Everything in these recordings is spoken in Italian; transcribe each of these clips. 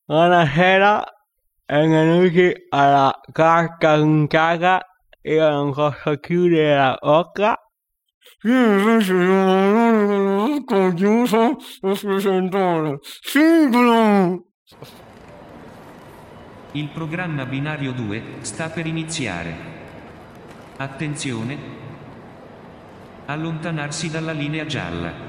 Buonasera, benvenuti alla carta in casa. Io non posso chiudere la bocca. Io invece ho chiuso per presentare Siglo. Il programma Binario 2 sta per iniziare. Attenzione! Allontanarsi dalla linea gialla.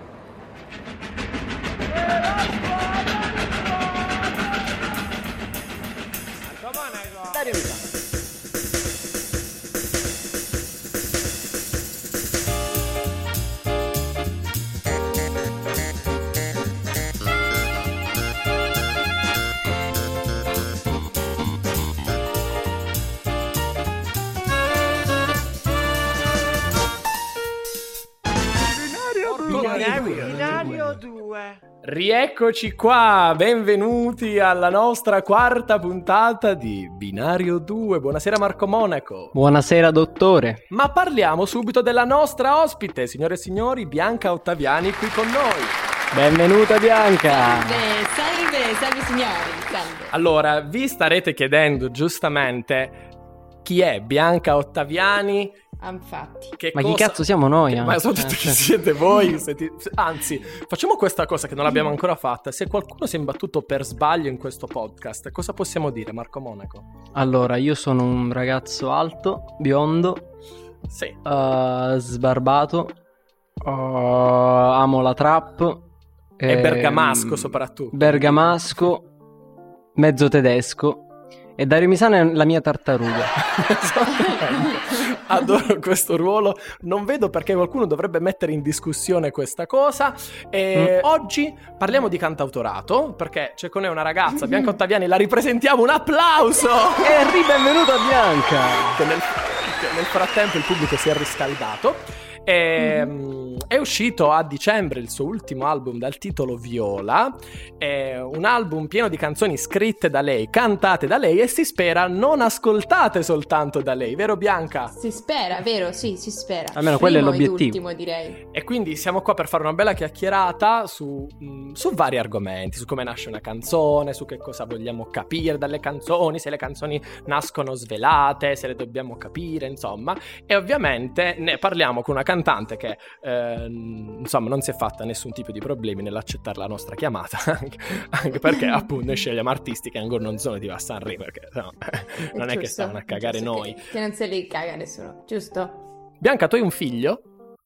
Binario 2. Rieccoci qua, benvenuti alla nostra quarta puntata di Binario 2. Buonasera Marco Monaco. Buonasera dottore. Ma parliamo subito della nostra ospite, signore e signori, Bianca Ottaviani qui con noi. Benvenuta Bianca. Salve signori, salve. Allora, vi starete chiedendo giustamente chi è Bianca Ottaviani? Infatti. Ma chi cazzo siamo noi? Ma soprattutto chi siete voi? Anzi, facciamo questa cosa che non abbiamo ancora fatta. Se qualcuno si è imbattuto per sbaglio in questo podcast, cosa possiamo dire, Marco Monaco? Allora, io sono un ragazzo alto, biondo, Sì. sbarbato, amo la trap. E bergamasco soprattutto. Bergamasco, mezzo tedesco. E Dario Misano è la mia tartaruga. Adoro questo ruolo. Non vedo perché qualcuno dovrebbe mettere in discussione questa cosa. E oggi parliamo di cantautorato, perché c'è con noi una ragazza, Bianca Ottaviani, la ripresentiamo. Un applauso! E benvenuta Bianca! Che nel frattempo il pubblico si è riscaldato. È uscito a dicembre il suo ultimo album dal titolo Viola, è un album pieno di canzoni scritte da lei, cantate da lei e si spera non ascoltate soltanto da lei, vero Bianca? Si spera, vero? Sì, si spera. Almeno quello è Primo ed l'obiettivo. ultimo, direi. E quindi siamo qua per fare una bella chiacchierata su vari argomenti, su come nasce una canzone, su che cosa vogliamo capire dalle canzoni, se le canzoni nascono svelate, se le dobbiamo capire, insomma. E ovviamente ne parliamo con una cantante che insomma non si è fatta nessun tipo di problemi nell'accettare la nostra chiamata, anche perché appunto noi scegliamo artisti che ancora non sono di Sanremo, perché no, non è che stavano a cagare noi. Che non se li caga nessuno, giusto? Bianca, tu hai un figlio?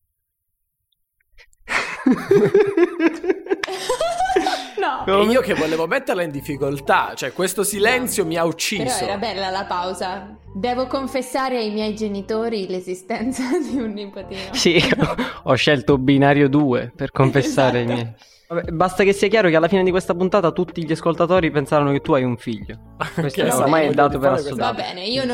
No. E io che volevo metterla in difficoltà, cioè questo silenzio mi ha ucciso. Però era bella la pausa. Devo confessare ai miei genitori l'esistenza di un nipotino. Sì, ho scelto Binario 2 per confessare i miei. Vabbè, basta che sia chiaro che alla fine di questa puntata tutti gli ascoltatori pensarono che tu hai un figlio. Questo Che ormai è voglio dato per fare assodato. Va bene, io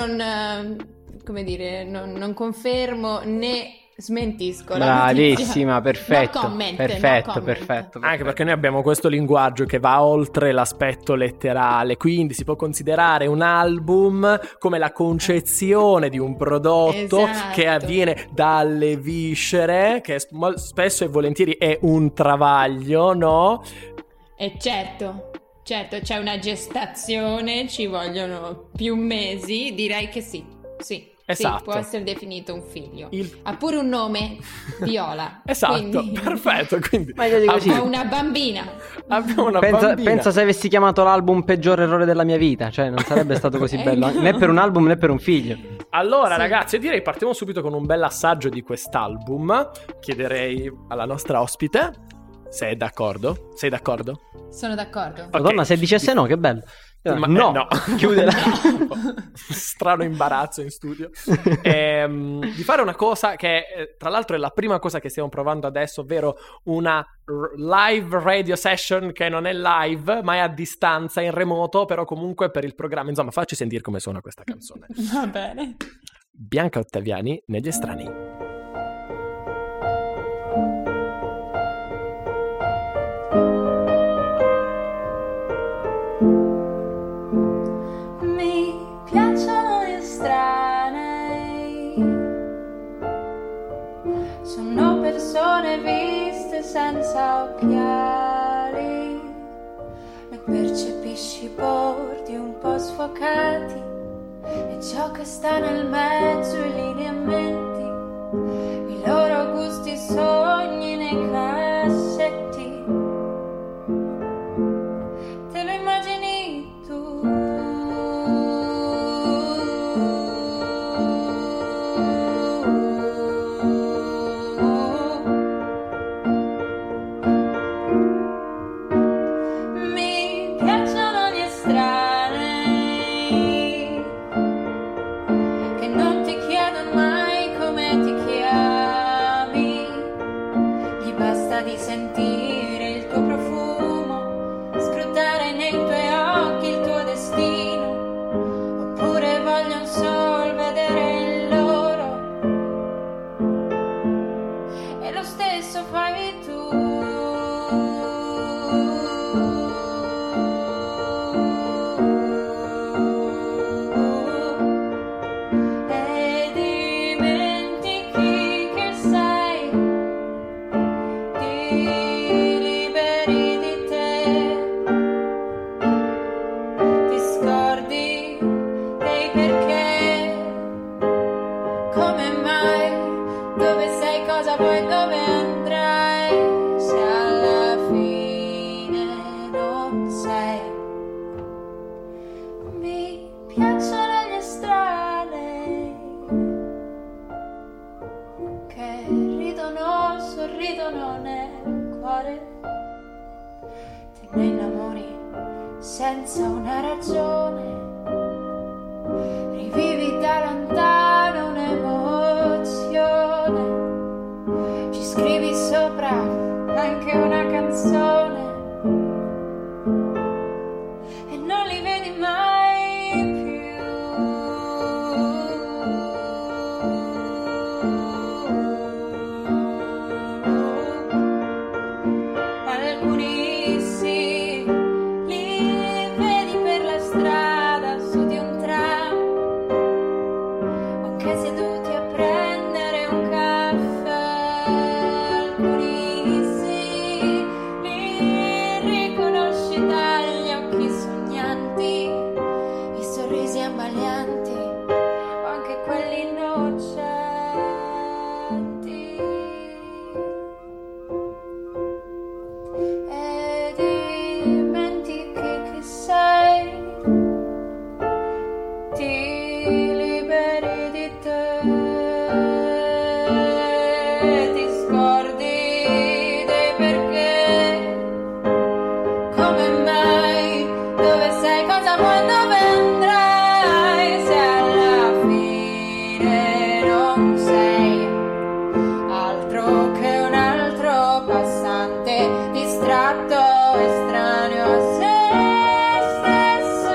non confermo né smentisco la notizia. Bravissima, perfetto. No comment, perfetto, no comment. perfetto. Anche perché noi abbiamo questo linguaggio che va oltre l'aspetto letterale, quindi si può considerare un album come la concezione di un prodotto Esatto. che avviene dalle viscere, che spesso e volentieri è un travaglio, no? E certo, c'è una gestazione, ci vogliono più mesi, direi che sì. Esatto. Sì, può essere definito un figlio. Il- Ha pure un nome, Viola. Esatto, quindi... perfetto, quindi Meglio di così. È una bambina. abbiamo una Pensa, bambina. pensa se avessi chiamato l'album Peggior errore della mia vita, cioè non sarebbe stato così bello né per un album né per un figlio. Allora Sì. ragazzi, io direi partiamo subito con un bel assaggio di quest'album. Chiederei alla nostra ospite se è d'accordo. Sei d'accordo? Sono d'accordo. Madonna, se dicesse no, che bello. Ma- no, chiudela. Strano imbarazzo in studio. Di fare una cosa che tra l'altro è la prima cosa che stiamo provando adesso, ovvero una live radio session che non è live ma è a distanza, in remoto, però comunque per il programma. Insomma, facci sentire come suona questa canzone. Va bene. Bianca Ottaviani negli estranei. Mi piacciono gli estranei, sono persone viste senza occhiali, le percepisco scibordi un po' sfocati e ciò che sta nel mezzo, i lineamenti, i loro gusti, sogni nei cassetti. Te lo immagini tu? Mi piacciono gli estranei che non ti chiedono mai come ti chiami, gli basta di sentire il tuo profumo, scrutare nei tuoi occhi il tuo destino, oppure vogliono solo vedere il loro, e lo stesso fai tu. E dimentichi che sei, ti liberi di te, ti scordi dei perché, come mai, dove sei, cosa vuoi, dove andrai, se alla fine non sei. Mi piacciono gli estranei che ridono, sorridono nel cuore, te ne innamori senza una ragione, rivivi da lontano un'emozione, ci scrivi sopra anche una canzone e non li vedi mai più. Alcuni sì, li vedi per la strada su di un tram, o anche seduti a prendere un caffè. Alcuni sì, li riconosci dagli occhi sognanti, i sorrisi ammaglianti, o anche quelli innocenti. E dimentichi chi sei, ti liberi di te, ti scordi dei perché, come mai, dove sei, cosa vuoi, dove andrai, se alla fine non sei altro che un altro passante distratto, estraneo a se stesso.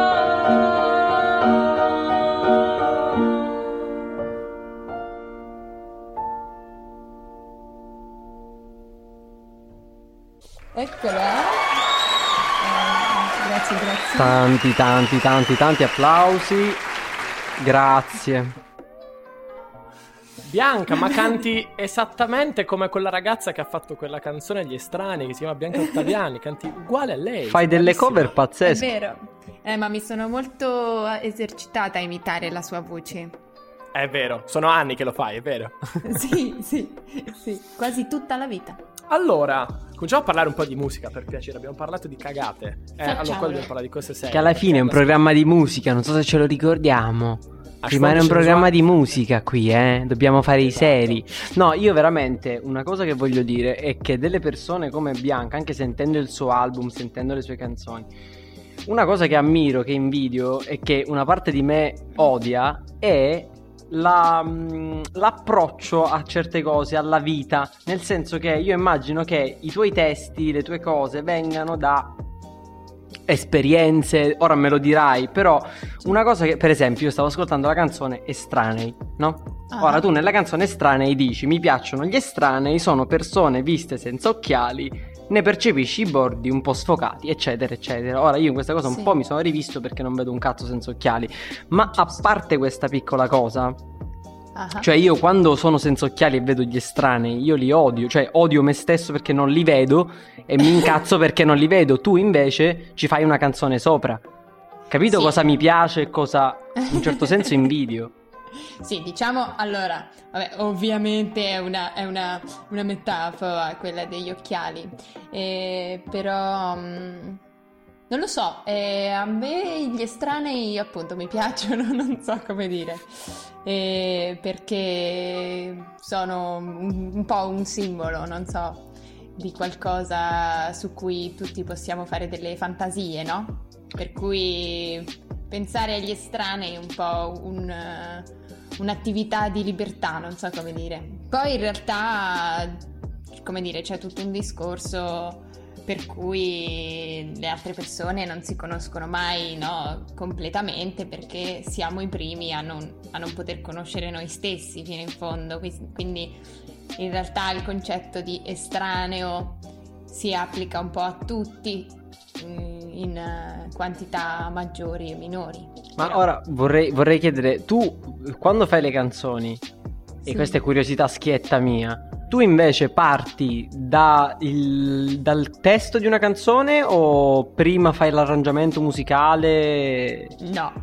Eccola. Grazie, grazie. Tanti applausi. Grazie. Bianca, ma canti esattamente come quella ragazza che ha fatto quella canzone agli estranei, che si chiama Bianca Ottaviani, canti uguale a lei. Fai delle bravissima. cover È pazzesche. vero. Ma mi sono molto esercitata a imitare la sua voce. È vero, sono anni che lo fai, è vero. Sì, quasi tutta la vita. Allora, cominciamo a parlare un po' di musica, per piacere. Abbiamo parlato di cagate. Allora, qua dobbiamo parlare di cose serie. Che alla fine è un programma di musica, non so se ce lo ricordiamo. Rimane un sfondo programma sensuale. di musica qui, dobbiamo fare i seri. No, io veramente una cosa che voglio dire è che delle persone come Bianca, anche sentendo il suo album, sentendo le sue canzoni, una cosa che ammiro, che invidio e che una parte di me odia è l'approccio a certe cose, alla vita. Nel senso che io immagino che i tuoi testi, le tue cose vengano da esperienze, ora me lo dirai, però una cosa che, per esempio, io stavo ascoltando la canzone Estranei, no? Ora tu nella canzone Estranei dici: mi piacciono gli estranei, sono persone viste senza occhiali, ne percepisci i bordi un po' sfocati, eccetera eccetera. Ora io in questa cosa un po' mi sono rivisto perché non vedo un cazzo senza occhiali, ma a parte questa piccola cosa, Ah. Cioè io quando sono senza occhiali e vedo gli estranei, io li odio, cioè odio me stesso perché non li vedo e mi incazzo perché non li vedo. Tu invece ci fai una canzone sopra. Capito Sì. cosa mi piace e cosa in un certo senso invidio? Sì, diciamo, allora, vabbè, ovviamente è una metafora quella degli occhiali, però non lo so, a me gli estranei appunto mi piacciono, non so come dire, perché sono un po' un simbolo, non so, di qualcosa su cui tutti possiamo fare delle fantasie, no? Per cui pensare agli estranei è un po' un'attività di libertà, non so come dire. Poi in realtà, come dire, c'è tutto un discorso per cui le altre persone non si conoscono mai, no, completamente, perché siamo i primi a non poter conoscere noi stessi fino in fondo. Quindi in realtà il concetto di estraneo si applica un po' a tutti, in quantità maggiori e minori. Ma Però- ora vorrei chiedere, tu quando fai le canzoni, e Sì. questa è curiosità schietta mia, tu invece parti dal testo di una canzone o prima fai l'arrangiamento musicale? No.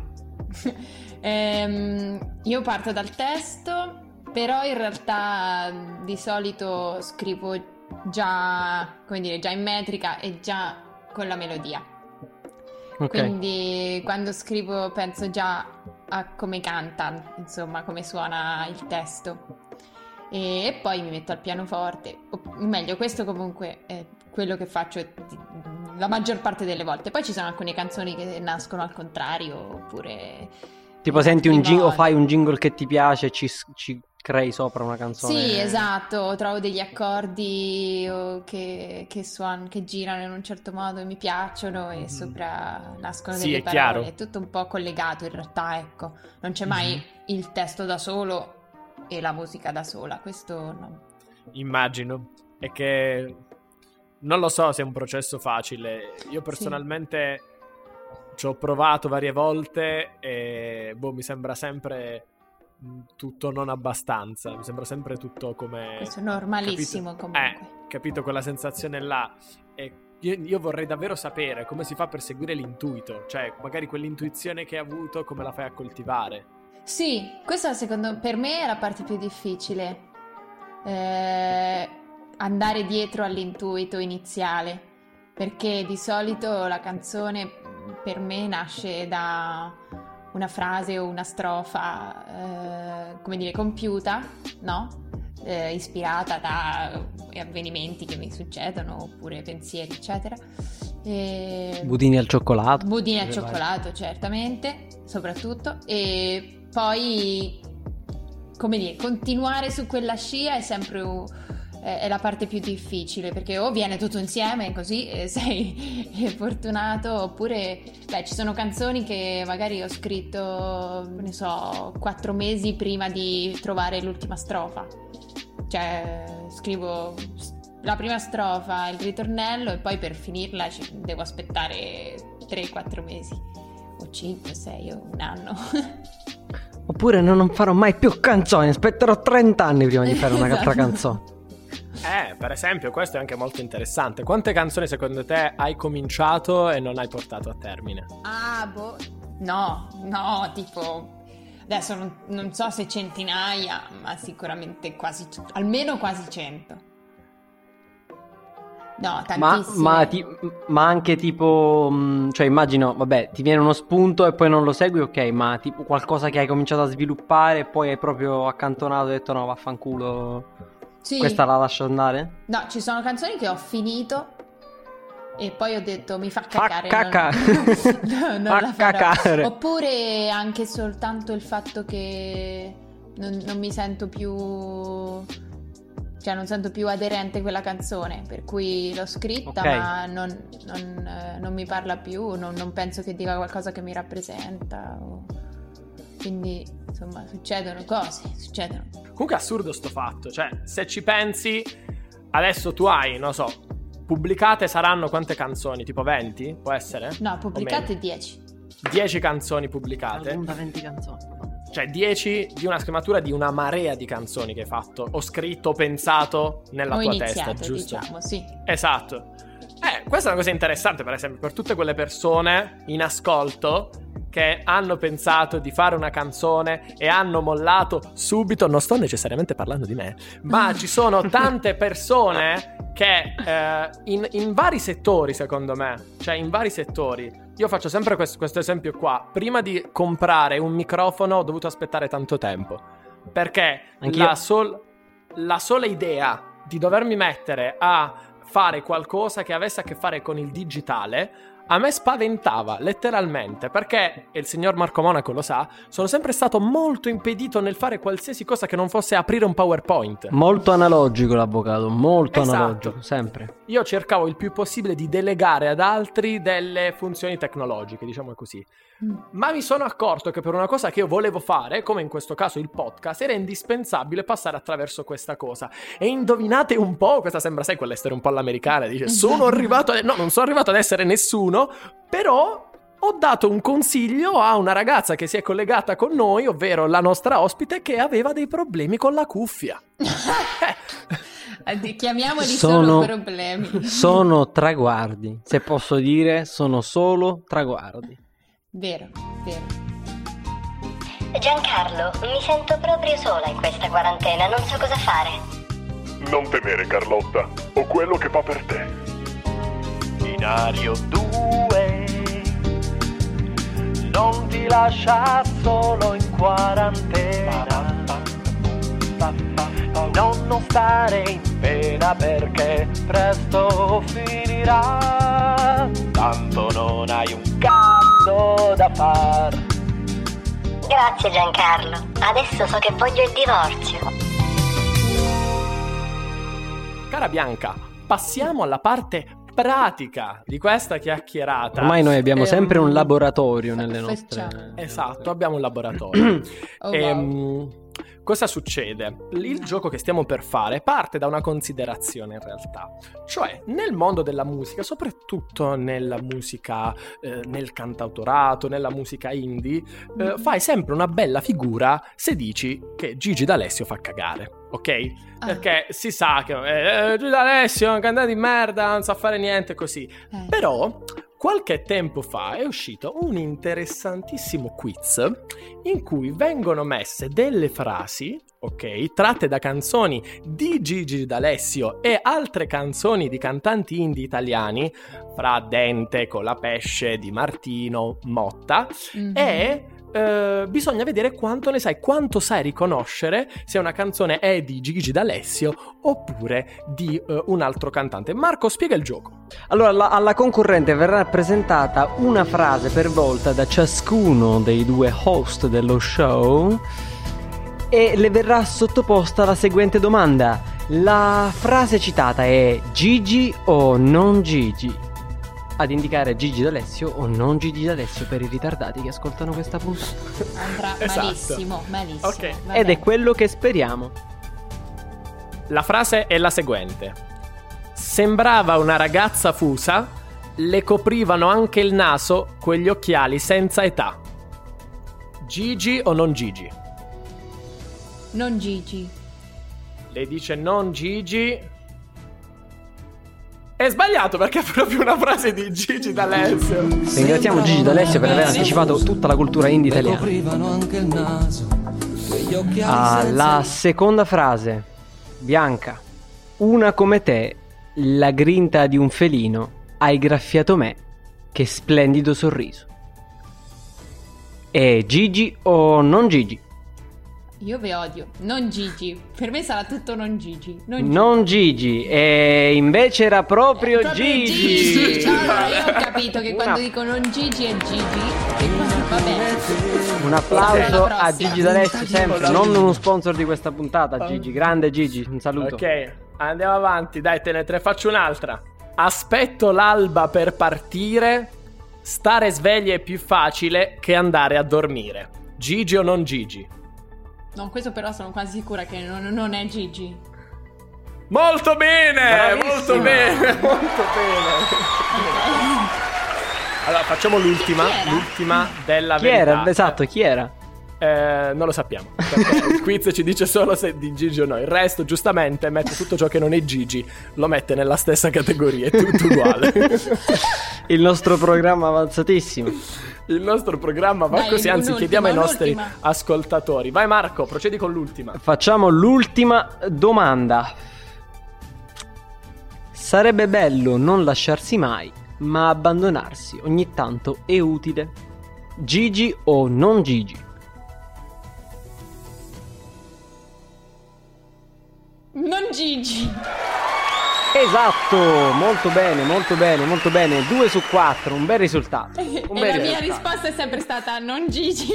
Io parto dal testo, però in realtà di solito scrivo già, come dire, già in metrica e già con la melodia. Ok. Quindi quando scrivo penso già a come canta, insomma, come suona il testo. E poi mi metto al pianoforte, o meglio, questo comunque è quello che faccio la maggior parte delle volte. Poi ci sono alcune canzoni che nascono al contrario, oppure Tipo in senti altri o modi. fai un jingle che ti piace e ci crei sopra una canzone. Sì, esatto, trovo degli accordi che girano in un certo modo e mi piacciono e sopra nascono Sì, delle è parole. chiaro. È tutto un po' collegato in realtà, ecco. Non c'è mai il testo da solo e la musica da sola, questo no. Immagino. È che non lo so se è un processo facile. Io personalmente ci ho provato varie volte e mi sembra sempre tutto non abbastanza. Mi sembra sempre tutto come... Questo è normalissimo comunque. Capito quella sensazione là. E io vorrei davvero sapere come si fa per seguire l'intuito. Cioè, magari quell'intuizione che hai avuto, come la fai a coltivare. Sì, questa per me è la parte più difficile. Andare dietro all'intuito iniziale, perché di solito la canzone per me nasce da una frase o una strofa, come dire, compiuta, no? Ispirata da avvenimenti che mi succedono oppure pensieri, eccetera. Budini al cioccolato. Budini al cioccolato, certamente, soprattutto. E poi, come dire, continuare su quella scia è sempre è la parte più difficile, perché o viene tutto insieme così sei fortunato, oppure ci sono canzoni che magari ho scritto, ne so, 4 mesi prima di trovare l'ultima strofa. Cioè scrivo la prima strofa, il ritornello, e poi per finirla devo aspettare 3-4 mesi o 5, 6 o un anno. Oppure non farò mai più canzoni, aspetterò 30 anni prima di fare un'altra Esatto. canzone. Per esempio, questo è anche molto interessante. Quante canzoni secondo te hai cominciato e non hai portato a termine? No, tipo adesso non so se centinaia, ma sicuramente almeno quasi 100. No, tantissime. Ma anche tipo, cioè immagino, vabbè, ti viene uno spunto e poi non lo segui, ok, ma tipo qualcosa che hai cominciato a sviluppare e poi hai proprio accantonato e detto no, vaffanculo, Sì. questa la lascio andare? No, ci sono canzoni che ho finito e poi ho detto mi fa cacare. Non Fa la farò. cacare. Oppure anche soltanto il fatto che non mi sento più... Cioè non sento più aderente quella canzone, per cui l'ho scritta, Ok. ma non mi parla più, non penso che dica qualcosa che mi rappresenta. Quindi, insomma, succedono cose. Comunque è assurdo sto fatto. Cioè, se ci pensi, adesso tu hai, non so, pubblicate saranno quante canzoni? Tipo 20? Può essere? No, O pubblicate meno? 10. 10 canzoni pubblicate. Da 20 canzoni. Cioè 10 di una scrematura di una marea di canzoni che hai fatto, o scritto, o pensato nella tua testa, giusto? Diciamo, sì. Esatto. Questa è una cosa interessante, per esempio, per tutte quelle persone in ascolto che hanno pensato di fare una canzone e hanno mollato subito. Non sto necessariamente parlando di me, ma ci sono tante persone che in vari settori, secondo me, cioè in vari settori. Io faccio sempre questo esempio qua. Prima di comprare un microfono ho dovuto aspettare tanto tempo, perché la sola idea di dovermi mettere a fare qualcosa che avesse a che fare con il digitale a me spaventava letteralmente, perché, e il signor Marco Monaco lo sa, sono sempre stato molto impedito nel fare qualsiasi cosa che non fosse aprire un PowerPoint. Molto analogico l'avvocato, molto Esatto. analogico, sempre. Io cercavo il più possibile di delegare ad altri delle funzioni tecnologiche, diciamo così. Ma mi sono accorto che per una cosa che io volevo fare, come in questo caso il podcast, era indispensabile passare attraverso questa cosa. E indovinate un po', questa sembra, sai, quell'essere un po' all'americana, dice, sono arrivato no, non sono arrivato ad essere nessuno, però ho dato un consiglio a una ragazza che si è collegata con noi, ovvero la nostra ospite, che aveva dei problemi con la cuffia. Chiamiamoli solo problemi. Sono traguardi, se posso dire, sono solo traguardi. Vero. Giancarlo, mi sento proprio sola in questa quarantena, non so cosa fare. Non temere, Carlotta, ho quello che fa per te. Binario 2 non ti lascia solo in quarantena. Non stare in pena perché presto finirà. Tanto non hai un cazzo da far. Grazie Giancarlo, adesso so che voglio il divorzio. Cara Bianca, passiamo alla parte pratica di questa chiacchierata. Ormai noi abbiamo sempre un laboratorio nelle nostre... Esatto, abbiamo un laboratorio. Wow. Cosa succede? Il gioco che stiamo per fare parte da una considerazione in realtà. Cioè, nel mondo della musica, soprattutto nella musica, nel cantautorato, nella musica indie, fai sempre una bella figura se dici che Gigi D'Alessio fa cagare, ok? Perché si sa che Gigi D'Alessio è un cantante di merda, non sa fare niente, così. Però qualche tempo fa è uscito un interessantissimo quiz in cui vengono messe delle frasi, ok, tratte da canzoni di Gigi D'Alessio e altre canzoni di cantanti indie italiani, fra Dente, Colapesce, Di Martino, Motta, e bisogna vedere quanto ne sai, quanto sai riconoscere se una canzone è di Gigi D'Alessio oppure di un altro cantante. Marco, spiega il gioco. Allora, alla concorrente verrà presentata una frase per volta da ciascuno dei due host dello show e le verrà sottoposta la seguente domanda. La frase citata è Gigi o non Gigi? Ad indicare Gigi D'Alessio o non Gigi D'Alessio per i ritardati che ascoltano questa puntata. Andrà malissimo. Ok. Ed è quello che speriamo. La frase è la seguente: sembrava una ragazza fusa, le coprivano anche il naso quegli occhiali senza età. Gigi o non Gigi? Non Gigi. Lei dice non Gigi. È sbagliato perché è proprio una frase di Gigi D'Alessio. Ringraziamo Gigi D'Alessio per aver anticipato tutta la cultura indie italiana. La seconda frase. Bianca, una come te, la grinta di un felino, hai graffiato me, che splendido sorriso. È Gigi o non Gigi? Io vi odio. Non Gigi. Per me sarà tutto non Gigi. Non Gigi. E invece era proprio Gigi. Allora, io ho capito che quando dico non Gigi è Gigi. E va bene. Un applauso a Gigi D'Alessio sempre. Non uno sponsor di questa puntata, Gigi. Grande Gigi, un saluto. Ok, andiamo avanti. Dai, te ne faccio un'altra. Aspetto l'alba per partire. Stare svegli è più facile che andare a dormire. Gigi o non Gigi? No, questo però sono quasi sicura che non è Gigi. Molto bene, bravissima. molto bene. Allora, facciamo l'ultima della Chi verità. era? Esatto, chi era? Non lo sappiamo, perché il quiz ci dice solo se è di Gigi o no. Il resto, giustamente, mette tutto ciò che non è Gigi, lo mette nella stessa categoria, è tutto uguale. Il nostro programma avanzatissimo. Il nostro programma va così, anzi chiediamo ai nostri ascoltatori. Vai Marco, procedi con l'ultima. Facciamo l'ultima domanda. Sarebbe bello non lasciarsi mai, ma abbandonarsi ogni tanto è utile. Gigi o non Gigi? Non Gigi. Esatto, molto bene, molto bene, molto bene. 2 su 4, un bel risultato. E la mia risposta è sempre stata non Gigi.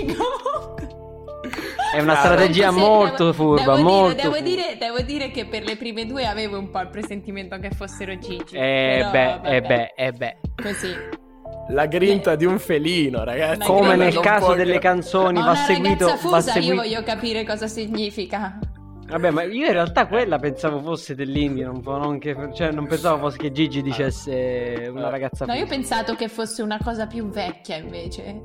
È una strategia molto furba, devo dire che per le prime 2 avevo un po' il presentimento che fossero Gigi. Beh. Così. La grinta di un felino, ragazzi. Come nel caso delle canzoni, va seguito. Io voglio capire cosa significa. Vabbè, ma io in realtà quella pensavo fosse dell'India, non pensavo fosse che Gigi dicesse una ragazza. No, io ho pensato che fosse una cosa più vecchia invece.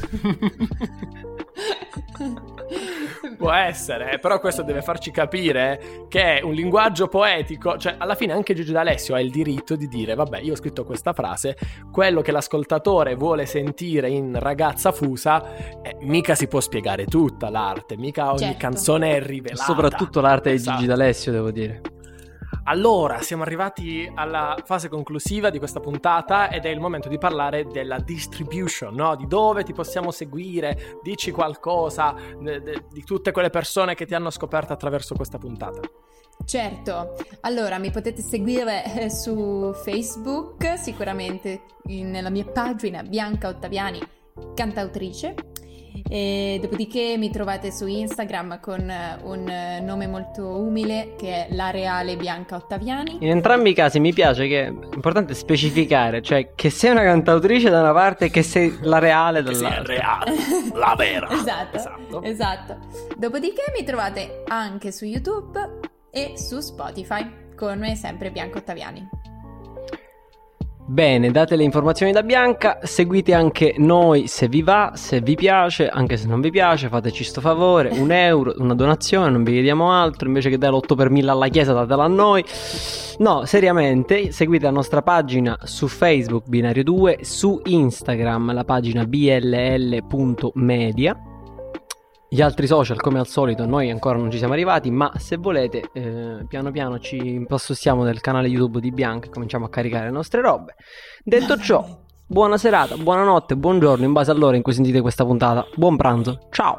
Può essere, però questo deve farci capire che è un linguaggio poetico, cioè alla fine anche Gigi D'Alessio ha il diritto di dire vabbè, io ho scritto questa frase, quello che l'ascoltatore vuole sentire in ragazza fusa, mica si può spiegare tutta l'arte, mica ogni canzone è rivelata. Soprattutto l'arte di Gigi D'Alessio, devo dire. Allora, siamo arrivati alla fase conclusiva di questa puntata ed è il momento di parlare della distribution, no? Di dove ti possiamo seguire, dici qualcosa di tutte quelle persone che ti hanno scoperto attraverso questa puntata. Certo, allora mi potete seguire su Facebook, sicuramente nella mia pagina Bianca Ottaviani, cantautrice. E dopodiché mi trovate su Instagram con un nome molto umile che è La Reale Bianca Ottaviani. In entrambi i casi mi piace che è importante specificare, cioè che sei una cantautrice da una parte e che sei la reale dall'altra. Che sei reale, la vera. Esatto. Dopodiché mi trovate anche su YouTube e su Spotify come sempre Bianca Ottaviani. Bene, date le informazioni da Bianca, seguite anche noi se vi va, se vi piace, anche se non vi piace, fateci sto favore, €1, una donazione, non vi chiediamo altro, invece che dare l'8 per 1000 alla chiesa datela a noi. No, seriamente, seguite la nostra pagina su Facebook Binario 2, su Instagram la pagina bll.media. Gli altri social, come al solito, noi ancora non ci siamo arrivati, ma se volete, piano piano ci impostiamo del canale YouTube di Bianca e cominciamo a caricare le nostre robe. Detto ciò, buona serata, buonanotte, buongiorno, in base all'ora in cui sentite questa puntata. Buon pranzo, ciao!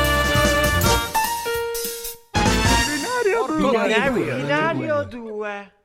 Binario 2.